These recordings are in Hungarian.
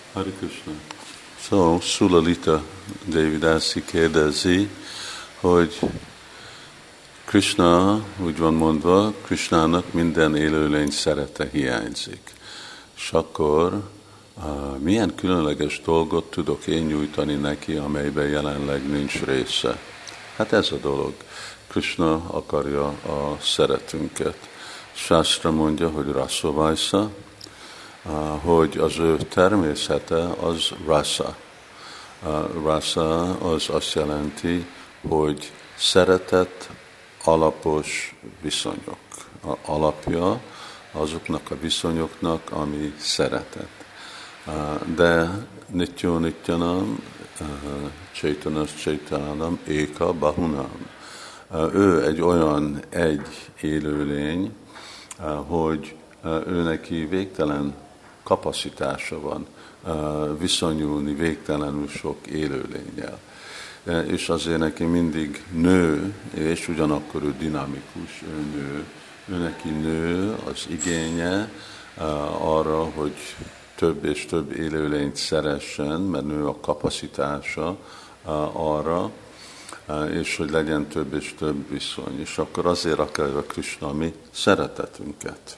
Hare Krishna. So, Sulalita Devidasi kérdezi, hogy Krishna, úgy van mondva, Krishnának minden élőlény szerete hiányzik. És akkor milyen különleges dolgot tudok én nyújtani neki, amelyben jelenleg nincs része? Hát ez a dolog. Krishna akarja a szeretünket. Sásztra mondja, hogy rasavajsa, hogy az ő természete az rasa. Rasa az azt jelenti, hogy szeretet alapos viszonyok. A alapja azoknak a viszonyoknak, ami szeretet. De Nityanam, Chaitanas Chaitanam, Éka Bahunam. Ő egy olyan egy élőlény, hogy ő neki végtelen kapacitása van viszonyulni végtelenül sok élőlénnyel. És azért neki mindig nő, és ugyanakkor ő dinamikus, ő nő. Ő neki nő az igénye arra, hogy több és több élőlényt szeressen, mert nő a kapacitása arra, és hogy legyen több és több viszony. És akkor azért akarja Krishna mi szeretetünket.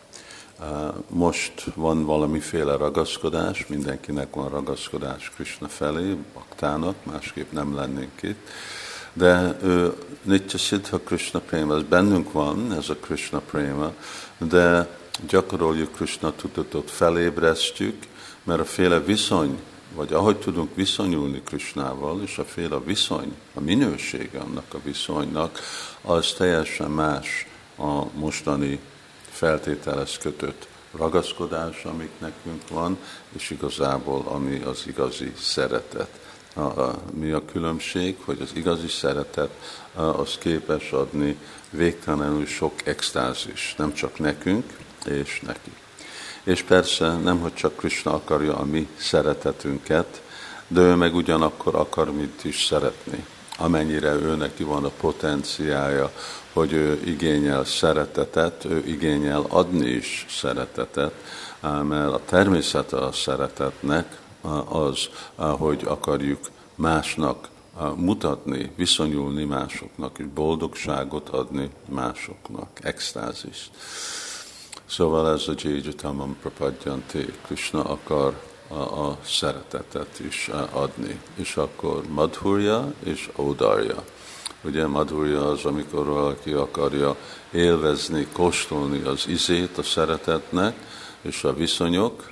Most van valamiféle ragaszkodás, mindenkinek van ragaszkodás Krishna felé, baktának, másképp nem lennénk itt. De Nitya Siddha Krishna Prema, ez bennünk van, ez a Krishna Prema, de gyakoroljuk Krishna tudatot, felébresztjük, mert a féle viszony, vagy ahogy tudunk viszonyulni Krishnával, és a féle viszony, a minősége annak a viszonynak, az teljesen más a mostani feltételez kötött ragaszkodás, amik nekünk van, és igazából ami az igazi szeretet. Mi a különbség, hogy az igazi szeretet az képes adni végtelenül sok extázis, nem csak nekünk és neki. És persze nem, hogy csak Krishna akarja a mi szeretetünket, de ő meg ugyanakkor akar mit is szeretni. Amennyire ő neki van a potenciája, hogy ő igényel szeretetet, ő igényel adni is szeretetet, mert a természete a szeretetnek az, hogy akarjuk másnak mutatni, viszonyulni másoknak, és boldogságot adni másoknak, extázis. Szóval ez a Jéjatamam Prapadjanti, Krishna akar a szeretetet is adni. És akkor Madhurya és Audarya. Ugye Madhurya az, amikor valaki akarja élvezni, kóstolni az ízét a szeretetnek, és a viszonyok,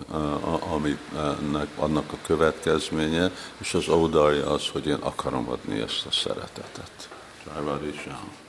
annak a következménye, és az Audarya az, hogy én akarom adni ezt a szeretetet. Jai Radha.